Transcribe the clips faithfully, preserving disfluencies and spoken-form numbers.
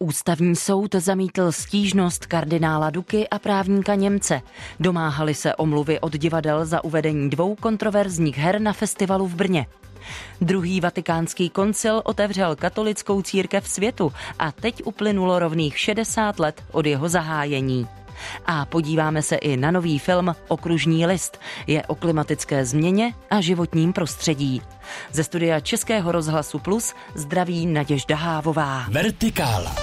Ústavní soud zamítl stížnost kardinála Duky a právníka Němce. Domáhali se omluvy od divadel za uvedení dvou kontroverzních her na festivalu v Brně. Druhý vatikánský koncil otevřel katolickou církev světu a teď uplynulo rovných šedesát let od jeho zahájení. A podíváme se i na nový film Okružní list. Je o klimatické změně a životním prostředí. Ze studia Českého rozhlasu Plus zdraví Naděžda Hávová. Vertikála.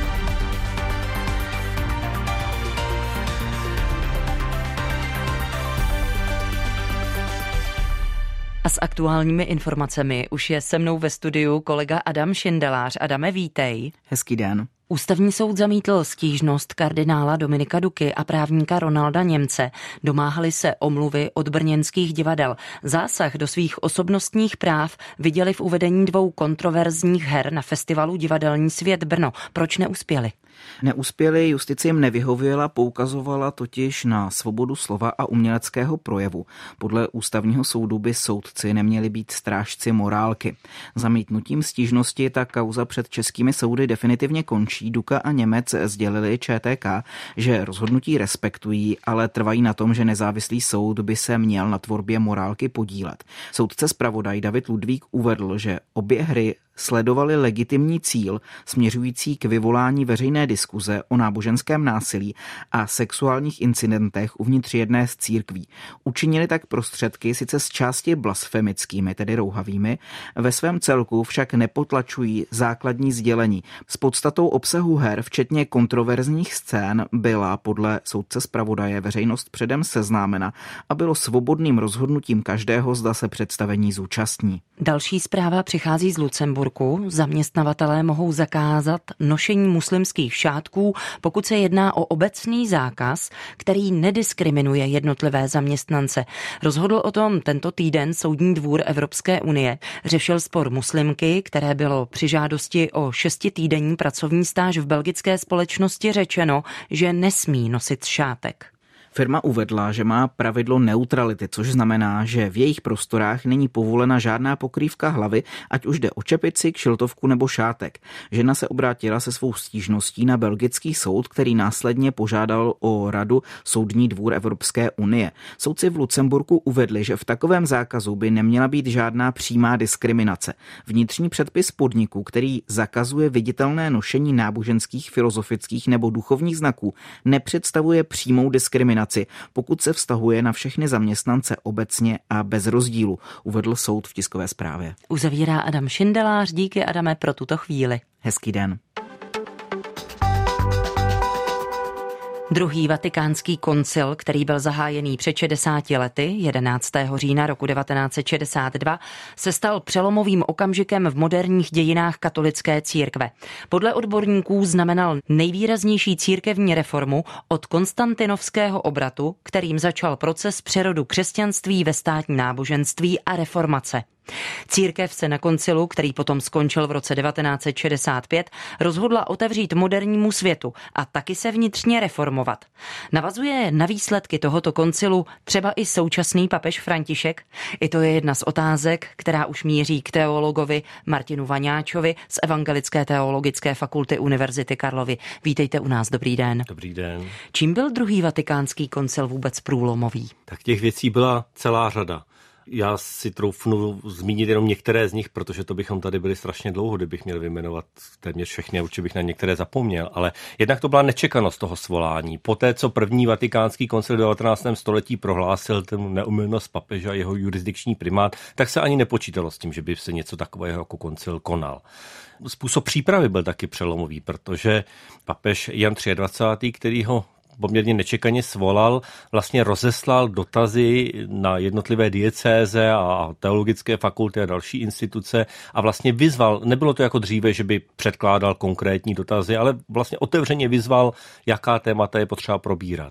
A s aktuálními informacemi už je se mnou ve studiu kolega Adam Šindelář. Adame, vítej. Hezký den. Ústavní soud zamítl stížnost kardinála Dominika Duky a právníka Ronalda Němce. Domáhali se omluvy od brněnských divadel. Zásah do svých osobnostních práv viděli v uvedení dvou kontroverzních her na festivalu Divadelní svět Brno. Proč neuspěli? Neuspěli, justice jim nevyhověla, poukazovala totiž na svobodu slova a uměleckého projevu. Podle ústavního soudu by soudci neměli být strážci morálky. Zamítnutím stížnosti ta kauza před českými soudy definitivně končí. Duka a Němec sdělili Č T K, že rozhodnutí respektují, ale trvají na tom, že nezávislý soud by se měl na tvorbě morálky podílet. Soudce zpravodaj David Ludvík uvedl, že obě hry sledovali legitimní cíl směřující k vyvolání veřejné diskuze o náboženském násilí a sexuálních incidentech uvnitř jedné z církví. Učinili tak prostředky sice z části blasfemickými, tedy rouhavými, ve svém celku však nepotlačují základní sdělení. S podstatou obsahu her, včetně kontroverzních scén, byla podle soudce zpravodaje veřejnost předem seznámena a bylo svobodným rozhodnutím každého, zda se představení zúčastní. Další zpráva přichází z Lucemburku. Zaměstnavatelé mohou zakázat nošení muslimských šátků, pokud se jedná o obecný zákaz, který nediskriminuje jednotlivé zaměstnance. Rozhodl o tom tento týden Soudní dvůr Evropské unie. Řešil spor muslimky, které bylo při žádosti o šestitýdenní pracovní stáž v belgické společnosti řečeno, že nesmí nosit šátek. Firma uvedla, že má pravidlo neutrality, což znamená, že v jejich prostorách není povolena žádná pokrývka hlavy, ať už jde o čepici, kšiltovku nebo šátek. Žena se obrátila se svou stížností na belgický soud, který následně požádal o radu Soudní dvůr Evropské unie. Soudci v Lucemburku uvedli, že v takovém zákazu by neměla být žádná přímá diskriminace. Vnitřní předpis podniku, který zakazuje viditelné nošení náboženských, filozofických nebo duchovních znaků, nepředstavuje přímou diskriminaci, pokud se vztahuje na všechny zaměstnance obecně a bez rozdílu, uvedl soud v tiskové zprávě. Uzavírá Adam Šindelář. Díky, Adame, pro tuto chvíli. Hezký den. Druhý vatikánský koncil, který byl zahájený před šedesáti lety, jedenáctého října roku devatenáct set šedesát dva, se stal přelomovým okamžikem v moderních dějinách katolické církve. Podle odborníků znamenal nejvýraznější církevní reformu od konstantinovského obratu, kterým začal proces přerodu křesťanství ve státní náboženství a reformace. Církev se na koncilu, který potom skončil v roce devatenáct set šedesát pět, rozhodla otevřít modernímu světu a taky se vnitřně reformovat. Navazuje na výsledky tohoto koncilu třeba i současný papež František? I to je jedna z otázek, která už míří k teologovi Martinu Vaňáčovi z Evangelické teologické fakulty Univerzity Karlovy. Vítejte u nás, dobrý den. Dobrý den. Čím byl druhý vatikánský koncil vůbec průlomový? Tak těch věcí byla celá řada. Já si troufnu zmínit jenom některé z nich, protože to bychom tady byli strašně dlouho, kdybych měl vyjmenovat téměř všechny a určitě bych na některé zapomněl. Ale jednak to byla nečekanost toho svolání. Poté, co první vatikánský koncil v devatenáctém století prohlásil ten neomylnost papeže a jeho jurisdikční primát, tak se ani nepočítalo s tím, že by se něco takového jako koncil konal. Způsob přípravy byl taky přelomový, protože papež Jan dvacátý třetí, který ho poměrně nečekaně svolal, vlastně rozeslal dotazy na jednotlivé diecéze a teologické fakulty a další instituce a vlastně vyzval, nebylo to jako dříve, že by předkládal konkrétní dotazy, ale vlastně otevřeně vyzval, jaká témata je potřeba probírat.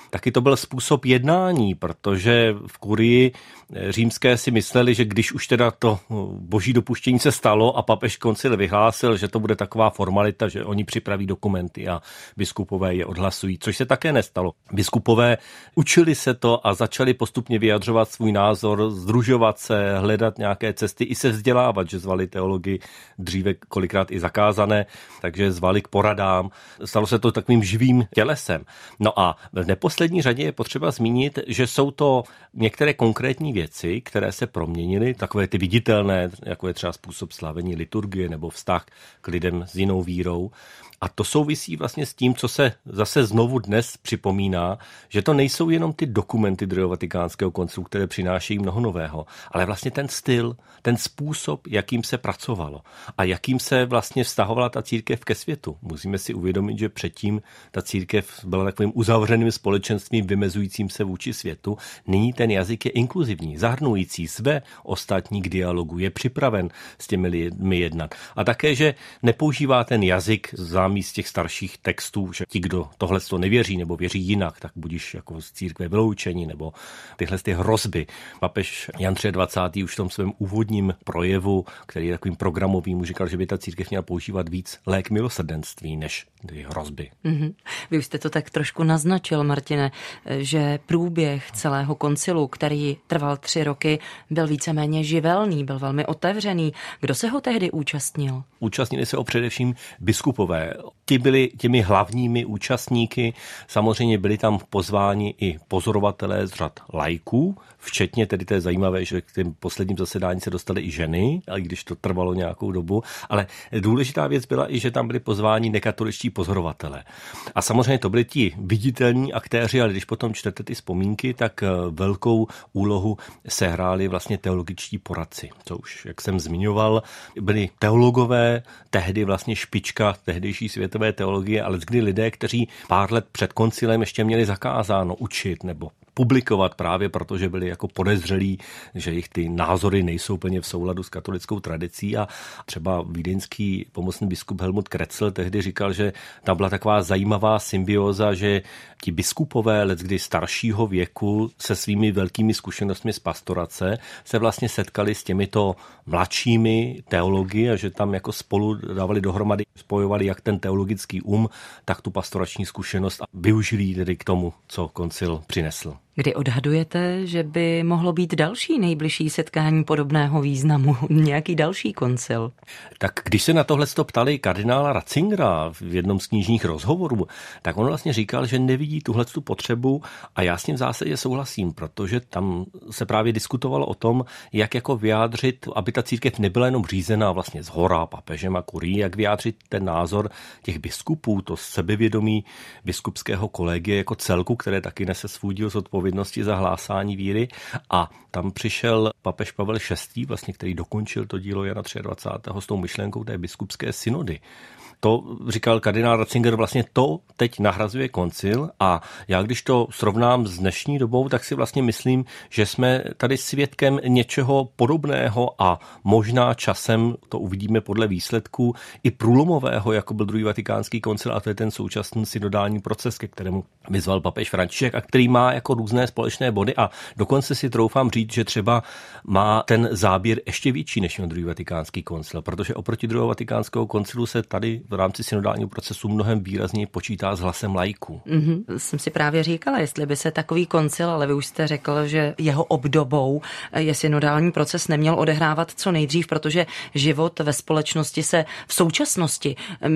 taky to byl způsob jednání, protože v kurii římské si mysleli, že když už teda to boží dopuštění se stalo a papež koncil vyhlásil, že to bude taková formalita, že oni připraví dokumenty a biskupové je odhlasují, což se také nestalo. Biskupové učili se to a začali postupně vyjadřovat svůj názor, sdružovat se, hledat nějaké cesty i se vzdělávat, že zvali teologii dříve kolikrát i zakázané, takže zvali k poradám. Stalo se to takovým živým tělesem. No a v neposlední řadě je potřeba zmínit, že jsou to některé konkrétní věci, které se proměnily, takové ty viditelné, jako je třeba způsob slavení liturgie nebo vztah k lidem s jinou vírou. A to souvisí vlastně s tím, co se zase znovu dnes připomíná, že to nejsou jenom ty dokumenty druhého vatikánského koncilu, které přinášejí mnoho nového, ale vlastně ten styl, ten způsob, jakým se pracovalo a jakým se vlastně vztahovala ta církev ke světu. Musíme si uvědomit, že předtím ta církev byla takovým uzavřeným společenstvím vymezujícím se vůči světu. Nyní ten jazyk je inkluzivní, zahrnující své ostatní k dialogu, je připraven s těmi lidmi jednat. A také, že nepoužívá ten jazyk z těch starších textů, že ti, kdo tohle to nevěří nebo věří jinak, tak budíš jako z církve vyloučení nebo tyhle ty hrozby. Papež Jan dvacátý třetí už v tom svém úvodním projevu, který je takovým programovým, říkal, že by ta církev měla používat víc lék milosrdenství než ty hrozby. Mm-hmm. Vy už jste to tak trošku naznačil, Martine, že průběh celého koncilu, který trval tři roky, byl víceméně živelný, byl velmi otevřený. Kdo se ho tehdy účastnil? Účastnili se ho především biskupové. Ti byli těmi hlavními účastníky. Samozřejmě byli tam pozváni i pozorovatelé z řad laiků, včetně tedy to je zajímavé, že k těm posledním zasedání se dostaly i ženy, i když to trvalo nějakou dobu. Ale důležitá věc byla i, že tam byli pozváni nekatoličtí pozorovatelé. A samozřejmě to byli ti viditelní aktéři, ale když potom čtete ty vzpomínky, tak velkou úlohu sehráli vlastně teologičtí poradci. Co už, jak jsem zmiňoval, byli teologové, tehdy vlastně špička tehdejší světové teologie, ale kdy lidé, kteří pár let před koncilem ještě měli zakázáno učit nebo publikovat právě proto, že byli jako podezřelí, že jejich ty názory nejsou plně v souladu s katolickou tradicí a třeba vídeňský pomocný biskup Helmut Kretzel tehdy říkal, že tam byla taková zajímavá symbióza, že ti biskupové leckdy staršího věku se svými velkými zkušenostmi z pastorace se vlastně setkali s těmito mladšími teology a že tam jako spolu dávali dohromady, spojovali jak ten teologický um, tak tu pastorační zkušenost a využili tedy k tomu, co koncil přinesl. Kdy odhadujete, že by mohlo být další nejbližší setkání podobného významu, nějaký další koncil? Tak když se na tohle ptali kardinála Ratzingera v jednom z knižních rozhovorů, tak on vlastně říkal, že nevidí tuhletu potřebu a já s tím v zásadě souhlasím, protože tam se právě diskutovalo o tom, jak jako vyjádřit, aby ta církev nebyla jenom řízená vlastně zhora papežem a kurií, jak vyjádřit ten názor těch biskupů, to sebevědomí biskupského kolegia jako celku, které taky nese svůj díl zodpovědnosti za hlásání víry. A tam přišel papež Pavel šestý, vlastně, který dokončil to dílo Jana dvacátého třetího s tou myšlenkou té biskupské synody. To, říkal kardinál Ratzinger, vlastně to teď nahrazuje koncil a já když to srovnám s dnešní dobou, tak si vlastně myslím, že jsme tady svědkem něčeho podobného a možná časem, to uvidíme podle výsledků, i průlomového, jako byl druhý vatikánský koncil a to je ten současný synodální proces, ke kterému vyzval papež František a který má jako různé společné body a dokonce si troufám říct, že třeba má ten záběr ještě větší než druhý vatikánský koncil, protože oproti druhého vatikánského koncilu se tady v rámci synodálního procesu mnohem výrazněji počítá s hlasem laiků. Mm-hmm. Jsem si právě říkala, jestli by se takový koncil, ale vy už jste řekl, že jeho obdobou je synodální proces neměl odehrávat co nejdřív, protože život ve společnosti se v současnosti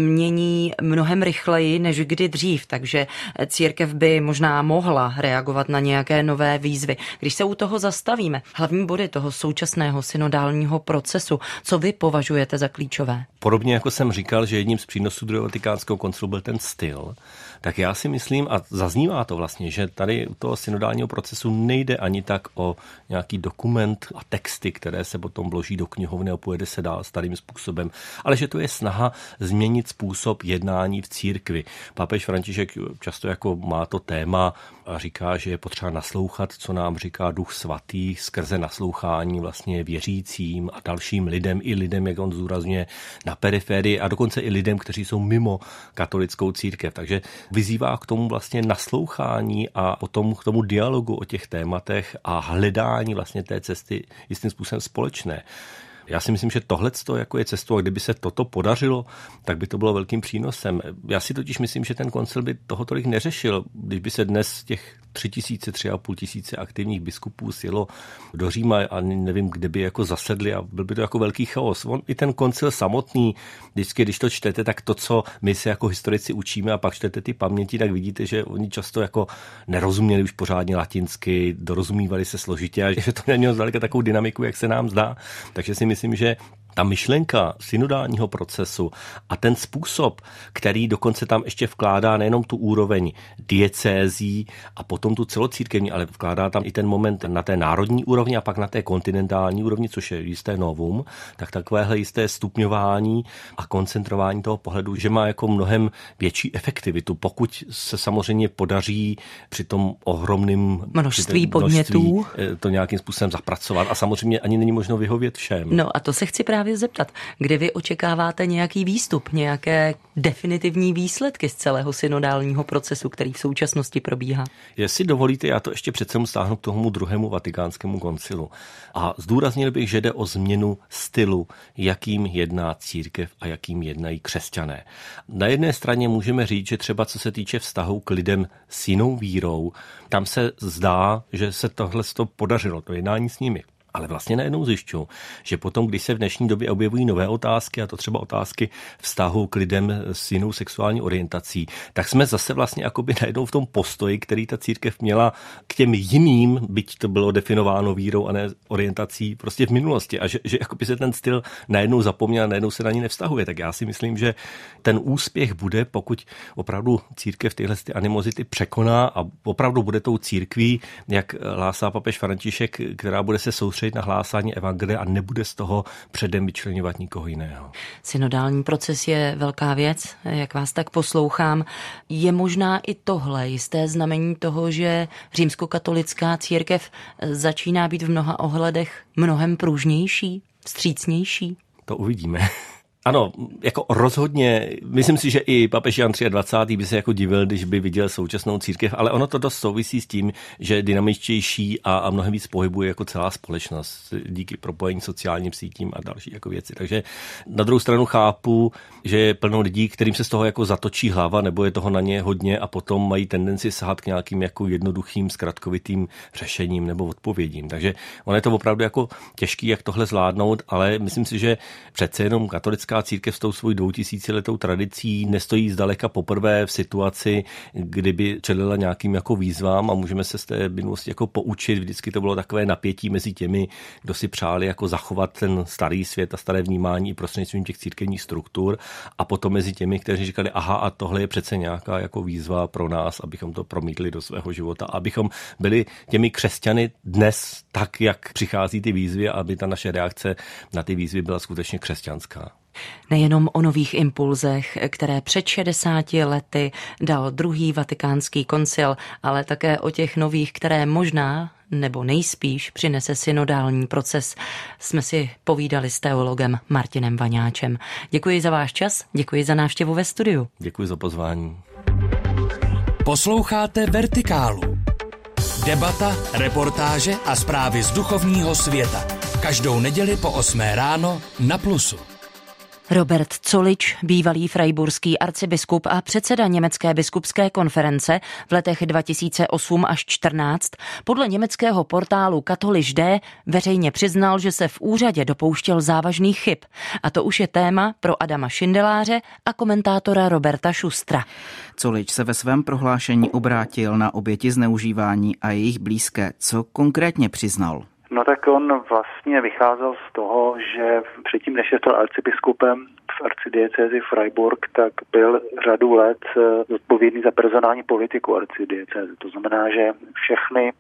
mění mnohem rychleji než kdy dřív, takže církev by možná mohla reagovat na nějaké nové výzvy. Když se u toho zastavíme, hlavní body toho současného synodálního procesu, co vy považujete za klíčové? Podobně jako jsem říkal, že jedním z přínosů druhého vatikánského koncilu byl ten styl, tak já si myslím, a zaznívá to vlastně, že tady u toho synodálního procesu nejde ani tak o nějaký dokument a texty, které se potom vloží do knihovny a pojede se dál starým způsobem, ale že to je snaha změnit způsob jednání v církvi. Papež František často jako má to téma a říká, že je potřeba naslouchat, co nám říká Duch Svatý skrze naslouchání vlastně věřícím a dalším lidem, i lidem, jak on zdůrazňuje, na periferii a dokonce i lidem, kteří jsou mimo katolickou církev. Takže takže vyzývá k tomu vlastně naslouchání a potom k tomu dialogu o těch tématech a hledání vlastně té cesty jistým způsobem společné. Já si myslím, že tohleto jako je cestou, a kdyby se toto podařilo, tak by to bylo velkým přínosem. Já si totiž myslím, že ten koncil by toho tolik neřešil, když by se dnes z těch tři tisíce, tři a půl tisíce aktivních biskupů sjelo do Říma a nevím, kde by jako zasedli a byl by to jako velký chaos. On i ten koncil samotný, vždycky, když to čtete, tak to, co my se jako historici učíme a pak čtete ty paměti, tak vidíte, že oni často jako nerozuměli už pořádně latinsky, dorozumívali se složitě a že to nemělo zdaleka takovou dynamiku, jak se nám zdá. Takže si myslím, že ta myšlenka synodálního procesu a ten způsob, který dokonce tam ještě vkládá nejenom tu úroveň diecézí a potom tu celocírkevní, ale vkládá tam i ten moment na té národní úrovni a pak na té kontinentální úrovni, což je jisté novum, tak takovéhle jisté stupňování a koncentrování toho pohledu, že má jako mnohem větší efektivitu, pokud se samozřejmě podaří při tom ohromným množství podnětů to nějakým způsobem zapracovat a samozřejmě ani není možno vyhovět všem. No a to se chci právě zeptat, kdy vy očekáváte nějaký výstup, nějaké definitivní výsledky z celého synodálního procesu, který v současnosti probíhá? Jestli dovolíte, já to ještě přece stáhnu k tomu druhému vatikánskému koncilu. A zdůraznil bych, že jde o změnu stylu, jakým jedná církev a jakým jednají křesťané. Na jedné straně můžeme říct, že třeba co se týče vztahu k lidem s jinou vírou, tam se zdá, že se tohle podařilo, to jednání s nimi. Ale vlastně najednou zjišťuju, že potom, když se v dnešní době objevují nové otázky, a to třeba otázky vztahu k lidem s jinou sexuální orientací, tak jsme zase vlastně jakoby najednou v tom postoji, který ta církev měla k těm jiným, byť to bylo definováno vírou a ne orientací, prostě v minulosti. A že, že jakoby se ten styl najednou zapomněl a najednou se na ní nevztahuje. Tak já si myslím, že ten úspěch bude, pokud opravdu církev tyhle ty animozity překoná a opravdu bude tou církví, jak hlásá papež František, která bude se soustředit na hlásání evangelia a nebude z toho předem vyčleňovat nikoho jiného. Synodální proces je velká věc, jak vás tak poslouchám. Je možná i tohle jisté znamení toho, že římskokatolická církev začíná být v mnoha ohledech mnohem pružnější, vstřícnější? To uvidíme. Ano, jako rozhodně, myslím si, že i papež Jan dvacátý třetí by se jako divil, když by viděl současnou církev, ale ono to dost souvisí s tím, že je dynamičtější a, a mnohem víc pohybuje jako celá společnost díky propojení sociálním sítím a další jako věci. Takže na druhou stranu chápu, že je plno lidí, kterým se z toho jako zatočí hlava, nebo je toho na ně hodně a potom mají tendenci sahat k nějakým jako jednoduchým, zkratkovitým řešením nebo odpovědím. Takže ono je to opravdu jako těžký, jak tohle zvládnout, ale myslím si, že přece jenom katolická církev s tou svou dvoutisíciletou tradicí nestojí zdaleka poprvé v situaci, kdyby čelila nějakým jako výzvám a můžeme se z té minulosti jako poučit. Vždycky to bylo takové napětí mezi těmi, kdo si přáli jako zachovat ten starý svět a staré vnímání i prostřednictvím těch církevních struktur a potom mezi těmi, kteří říkali, aha, a tohle je přece nějaká jako výzva pro nás, abychom to promítli do svého života, abychom byli těmi křesťany dnes tak, jak přichází ty výzvy, aby ta naše reakce na ty výzvy byla skutečně křesťanská. Nejenom o nových impulzech, které před šedesáti lety dal druhý vatikánský koncil, ale také o těch nových, které možná nebo nejspíš přinese synodální proces, jsme si povídali s teologem Martinem Vaňáčem. Děkuji za váš čas, děkuji za návštěvu ve studiu. Děkuji za pozvání. Posloucháte Vertikálu. Debata, reportáže a zprávy z duchovního světa. Každou neděli po osmé ráno na Plusu. Robert Zollitsch, bývalý freiburský arcibiskup a předseda Německé biskupské konference v letech dva tisíce osm až čtrnáct, podle německého portálu Katholisch D veřejně přiznal, že se v úřadě dopouštěl závažných chyb. A to už je téma pro Adama Šindeláře a komentátora Roberta Schustra. Zollitsch se ve svém prohlášení obrátil na oběti zneužívání a jejich blízké. Co konkrétně přiznal? No tak on vlastně vycházel z toho, že předtím, než se stal arcibiskupem v arcidiecézi Freiburg, tak byl řadu let zodpovědný za personální politiku arcidiecézy. To znamená, že všechny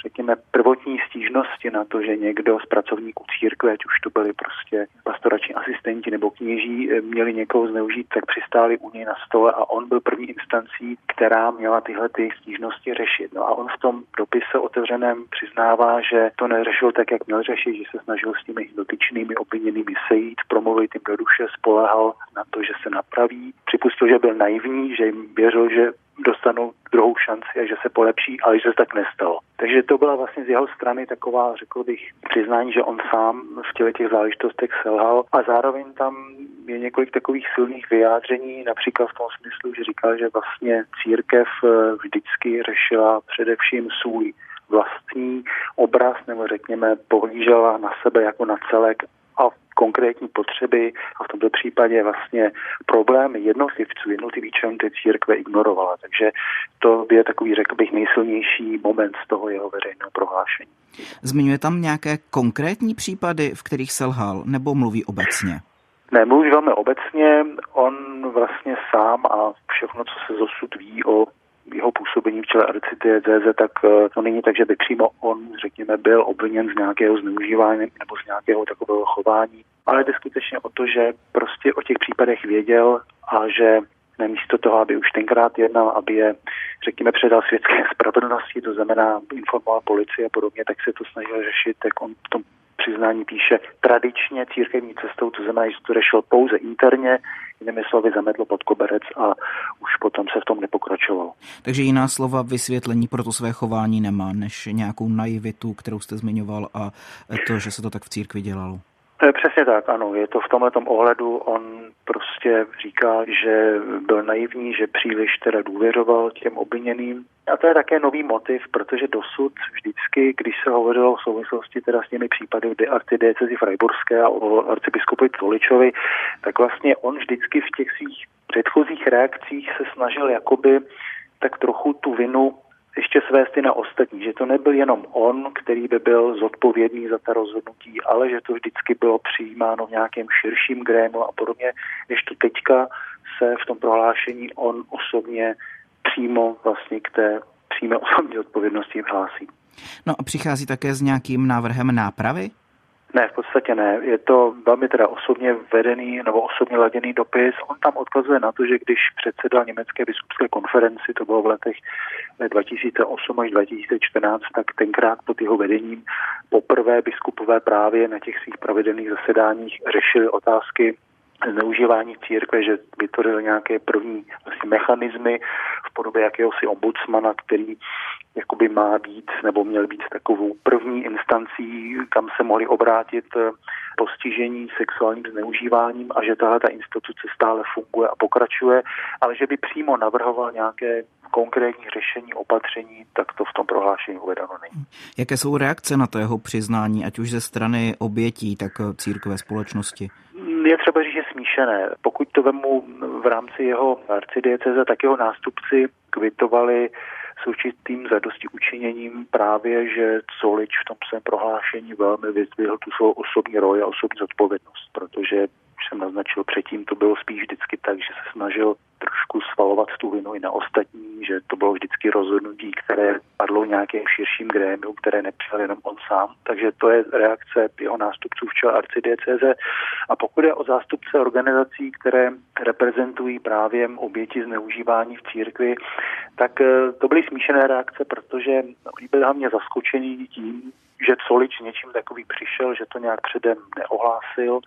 řekněme, prvotní stížnosti na to, že někdo z pracovníků církve, ať už to byli prostě pastorační asistenti nebo kněží, měli někoho zneužít, tak přistáli u něj na stole a on byl první instancí, která měla tyhle ty stížnosti řešit. No a on v tom dopise otevřeném přiznává, že to neřešil tak, jak měl řešit, že se snažil s těmi dotyčnými obviněnými sejít, promluvit jim do duše, spoléhal na to, že se napraví. Připustil, že byl naivní, že jim věřil, že dostanou druhou šanci a že se polepší, ale že se tak nestalo. Takže to byla vlastně z jeho strany taková, řekl bych, přiznání, že on sám v těle těch záležitostech selhal a zároveň tam je několik takových silných vyjádření, například v tom smyslu, že říkal, že vlastně církev vždycky řešila především svůj vlastní obraz, nebo řekněme, pohlížela na sebe jako na celek a konkrétní potřeby a v tomto případě vlastně problémy jednotlivců, jednotlivých členů té církve ignorovala. Takže to je takový, řekl bych, nejsilnější moment z toho jeho veřejného prohlášení. Zmiňuje tam nějaké konkrétní případy, v kterých selhal, nebo mluví obecně? Ne, mluví velmi obecně. On vlastně sám a všechno, co se dosud ví o jeho působení v čele arcidiecéze, tak to není tak, že by přímo on, řekněme, byl obviněn z nějakého zneužívání nebo z nějakého takového chování, ale jde skutečně o to, že prostě o těch případech věděl a že namísto toho, aby už tenkrát jednal, aby je, řekněme, předal světské spravedlnosti, to znamená informoval policii a podobně, tak se to snažil řešit, tak on v tom přiznání píše tradičně církevní cestou, to znamená, že to řešil pouze interně, jinými slovy zametlo pod koberec a už potom se v tom nepokračovalo. Takže jiná slova vysvětlení pro to své chování nemá, než nějakou naivitu, kterou jste zmiňoval a to, že se to tak v církvi dělalo. Přesně tak, ano. Je to v tomhletom ohledu. On prostě říká, že byl naivní, že příliš teda důvěřoval těm obviněným. A to je také nový motiv, protože dosud vždycky, když se hovořilo v souvislosti teda s těmi případy v arcidiecézi Freiburské a o arcibiskupovi Tvoličovi, tak vlastně on vždycky v těch svých předchozích reakcích se snažil jakoby tak trochu tu vinu ještě svést i na ostatní, že to nebyl jenom on, který by byl zodpovědný za ta rozhodnutí, ale že to vždycky bylo přijímáno v nějakém širším grému a podobně, než to teďka se v tom prohlášení on osobně přímo vlastně k té přímé osobní odpovědnosti hlásí. No a přichází také s nějakým návrhem nápravy? Ne, v podstatě ne. Je to velmi teda osobně vedený nebo osobně laděný dopis. On tam odkazuje na to, že když předsedal německé biskupské konferenci, to bylo v letech dva tisíce osm až dva tisíce čtrnáct, tak tenkrát pod jeho vedením poprvé biskupové právě na těch svých pravidelných zasedáních řešili otázky zneužívání církve, že vytvořil nějaké první vlastně mechanismy v podobě jakéhosi ombudsmana, který jakoby má být nebo měl být takovou první instancí, kam se mohli obrátit postižení sexuálním zneužíváním a že tahle ta instituce stále funguje a pokračuje, ale že by přímo navrhoval nějaké konkrétní řešení, opatření, tak to v tom prohlášení uvedeno není. Jaké jsou reakce na to jeho přiznání, ať už ze strany obětí, tak církve společnosti? Je třeba říct, že smíšené. Pokud to vemu v rámci jeho arcidiecéze, tak jeho nástupci kvitovali s určitým zadosti učiněním právě, že Zolič v tom svém prohlášení velmi vyzdvihl tu svou osobní roli a osobní zodpovědnost, protože už jsem naznačil předtím, to bylo spíš vždycky tak, že se snažil trošku svalovat tu vinu i na ostatní, že to bylo vždycky rozhodnutí, které padlo v nějakém širším grémiu, které nepřijal jenom on sám. Takže to je reakce jeho nástupců v čele arcidiecéze. A pokud je o zástupce organizací, které reprezentují právě oběti zneužívání v církvi, tak to byly smíšené reakce, protože oni byli hlavně zaskočení tím, že Zolič něčím takový přišel, že to nějak předem neohlásil.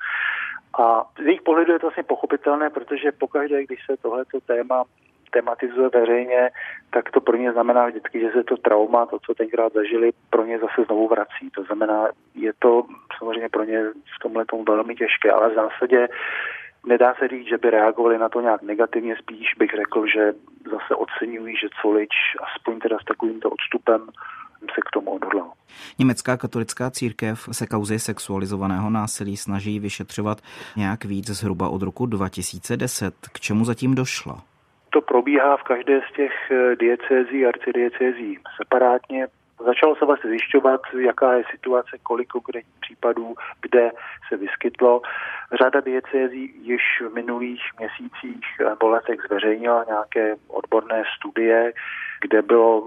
A z jejich pohledu je to vlastně pochopitelné, protože pokaždé, když se tohleto téma tematizuje veřejně, tak to pro ně znamená vždycky, že se to trauma, to, co tenkrát zažili, pro ně zase znovu vrací. To znamená, je to samozřejmě pro ně v tomhletom velmi těžké, ale v zásadě nedá se říct, že by reagovali na to nějak negativně, spíš bych řekl, že zase oceňují, že Zolič aspoň teda s takovýmto odstupem se k tomu odhodlal. Německá katolická církev se kauzy sexualizovaného násilí snaží vyšetřovat nějak víc zhruba od roku dva tisíce deset. K čemu zatím došlo? To probíhá v každé z těch diecézí, arcidiecézí separátně. Začalo se vlastně zjišťovat, jaká je situace, kolik konkrétních případů, kde se vyskytlo. Řada diecézí již v minulých měsících nebo letech zveřejnila nějaké odborné studie, kde bylo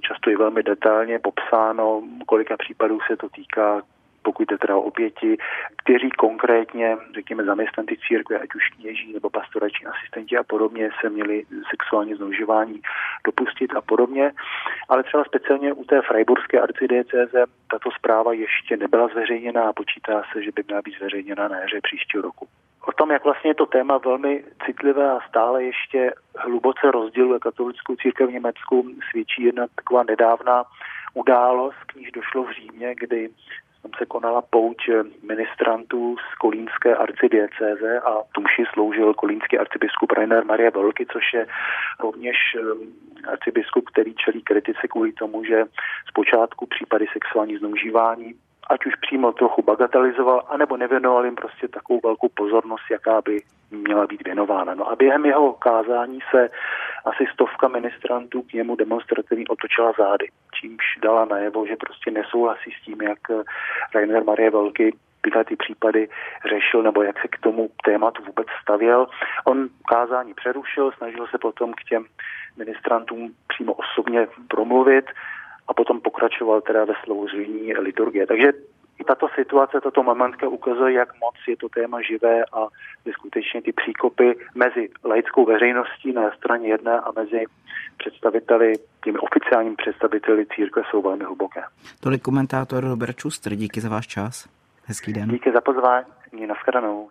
často je velmi detailně popsáno, kolika případů se to týká, pokud je teda o oběti, kteří konkrétně, řekněme, zaměstnanci církve, ať už kněží nebo pastorační asistenti a podobně, se měli sexuální zneužívání dopustit a podobně. Ale třeba speciálně u té freiburské arcidiecéze tato zpráva ještě nebyla zveřejněna a počítá se, že by měla být zveřejněna na jaře příštího roku. O tom, jak vlastně je to téma velmi citlivé a stále ještě hluboce rozděluje katolickou církev v Německu, svědčí jedna taková nedávná událost, k níž došlo v Římě, kdy tam se konala pouť ministrantů z kolínské arcidiecéze a tu mši sloužil kolínský arcibiskup Rainer Maria Wölki, což je rovněž arcibiskup, který čelí kritice kvůli tomu, že zpočátku případy sexuální zneužívání ať už přímo trochu bagatelizoval, anebo nevěnoval jim prostě takovou velkou pozornost, jaká by měla být věnována. No a během jeho kázání se asi stovka ministrantů k němu demonstrativně otočila zády, čímž dala najevo, že prostě nesouhlasí s tím, jak Rainer Maria Wölki tyhle ty případy řešil, nebo jak se k tomu tématu vůbec stavěl. On kázání přerušil, snažil se potom k těm ministrantům přímo osobně promluvit a potom pokračoval teda ve sloužení liturgie. Takže i tato situace, tato momentka ukazuje, jak moc je to téma živé a že skutečně ty příkopy mezi laickou veřejností na straně jedné a mezi představiteli, těmi oficiálními představiteli církve jsou velmi hluboké. Tolik komentátor Robert Schuster, díky za váš čas. Hezký den. Díky za pozvání, nashledanou.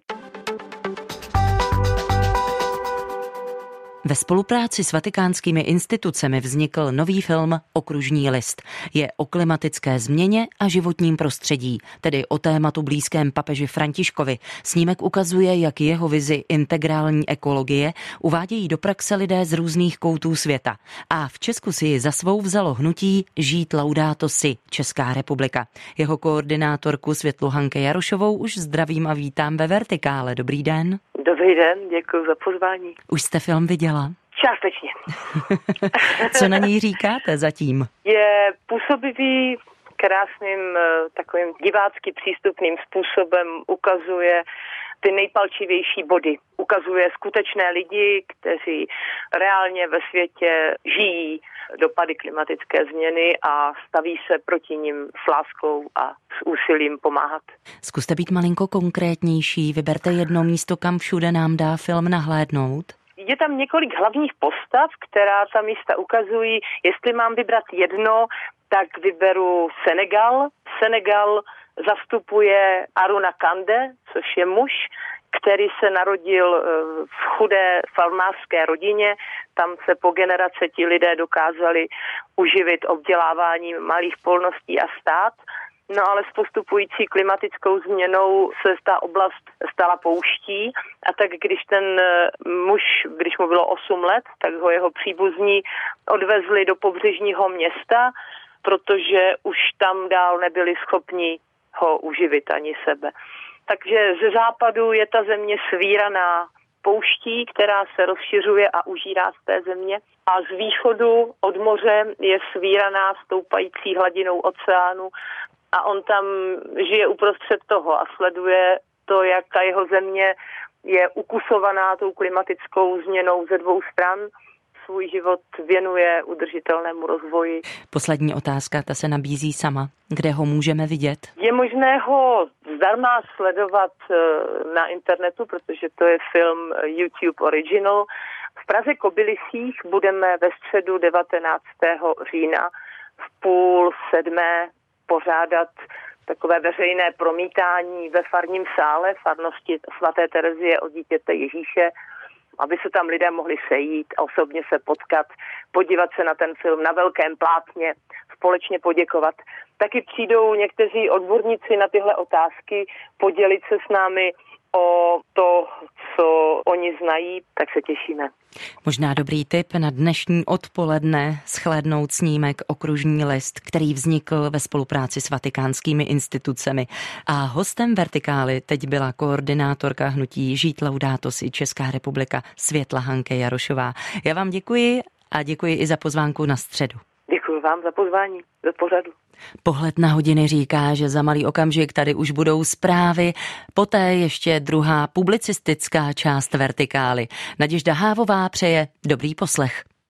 Ve spolupráci s vatikánskými institucemi vznikl nový film Okružní list. Je o klimatické změně a životním prostředí, tedy o tématu blízkém papeži Františkovi. Snímek ukazuje, jak jeho vizi integrální ekologie uvádějí do praxe lidé z různých koutů světa. A v Česku si ji za svou vzalo hnutí Žít Laudato Si, Česká republika. Jeho koordinátorku Světlu Hanke Jarošovou už zdravím a vítám ve Vertikále. Dobrý den. Dobrý den, děkuji za pozvání. Už jste film viděla? Částečně. Co na něj říkáte zatím? Je působivý, krásným, takovým divácky přístupným způsobem ukazuje ty nejpalčivější body. Ukazuje skutečné lidi, kteří reálně ve světě žijí dopady klimatické změny a staví se proti nim s láskou a s úsilím pomáhat. Zkuste být malinko konkrétnější, vyberte jedno místo, kam všude nám dá film nahlédnout. Je tam několik hlavních postav, která ta místa ukazují. Jestli mám vybrat jedno, tak vyberu Senegal. Senegal zastupuje Aruna Kande, což je muž, který se narodil v chudé farmářské rodině. Tam se po generace ti lidé dokázali uživit obděláváním malých polností a stát. No ale s postupující klimatickou změnou se ta oblast stala pouští a tak když ten muž, když mu bylo osm let, tak ho jeho příbuzní odvezli do pobřežního města, protože už tam dál nebyli schopni ho uživit ani sebe. Takže ze západu je ta země svíraná pouští, která se rozšiřuje a užírá z té země. A z východu od moře je svíraná stoupající hladinou oceánu a on tam žije uprostřed toho a sleduje to, jak ta jeho země je ukusovaná tou klimatickou změnou ze dvou stran. Svůj život věnuje udržitelnému rozvoji. Poslední otázka, ta se nabízí sama. Kde ho můžeme vidět? Je možné ho zdarma sledovat na internetu, protože to je film YouTube Original. V Praze Kobylisích budeme ve středu devatenáctého října v půl sedmé pořádat takové veřejné promítání ve farním sále farnosti svaté Terezie od dítěte Ježíše, aby se tam lidé mohli sejít a osobně se potkat, podívat se na ten film na velkém plátně, společně poděkovat. Taky přijdou někteří odborníci na tyhle otázky podělit se s námi o to, co oni znají, tak se těšíme. Možná dobrý tip na dnešní odpoledne shlédnout snímek Okružní list, který vznikl ve spolupráci s vatikánskými institucemi. A hostem Vertikály teď byla koordinátorka hnutí Žít Laudato Si, Česká republika, Světla Hanke Jarošová. Já vám děkuji a děkuji i za pozvánku na středu. Děkuji vám za pozvání do pořadu. Pohled na hodiny říká, že za malý okamžik tady už budou zprávy, poté ještě druhá publicistická část Vertikály. Naděžda Hávová přeje dobrý poslech.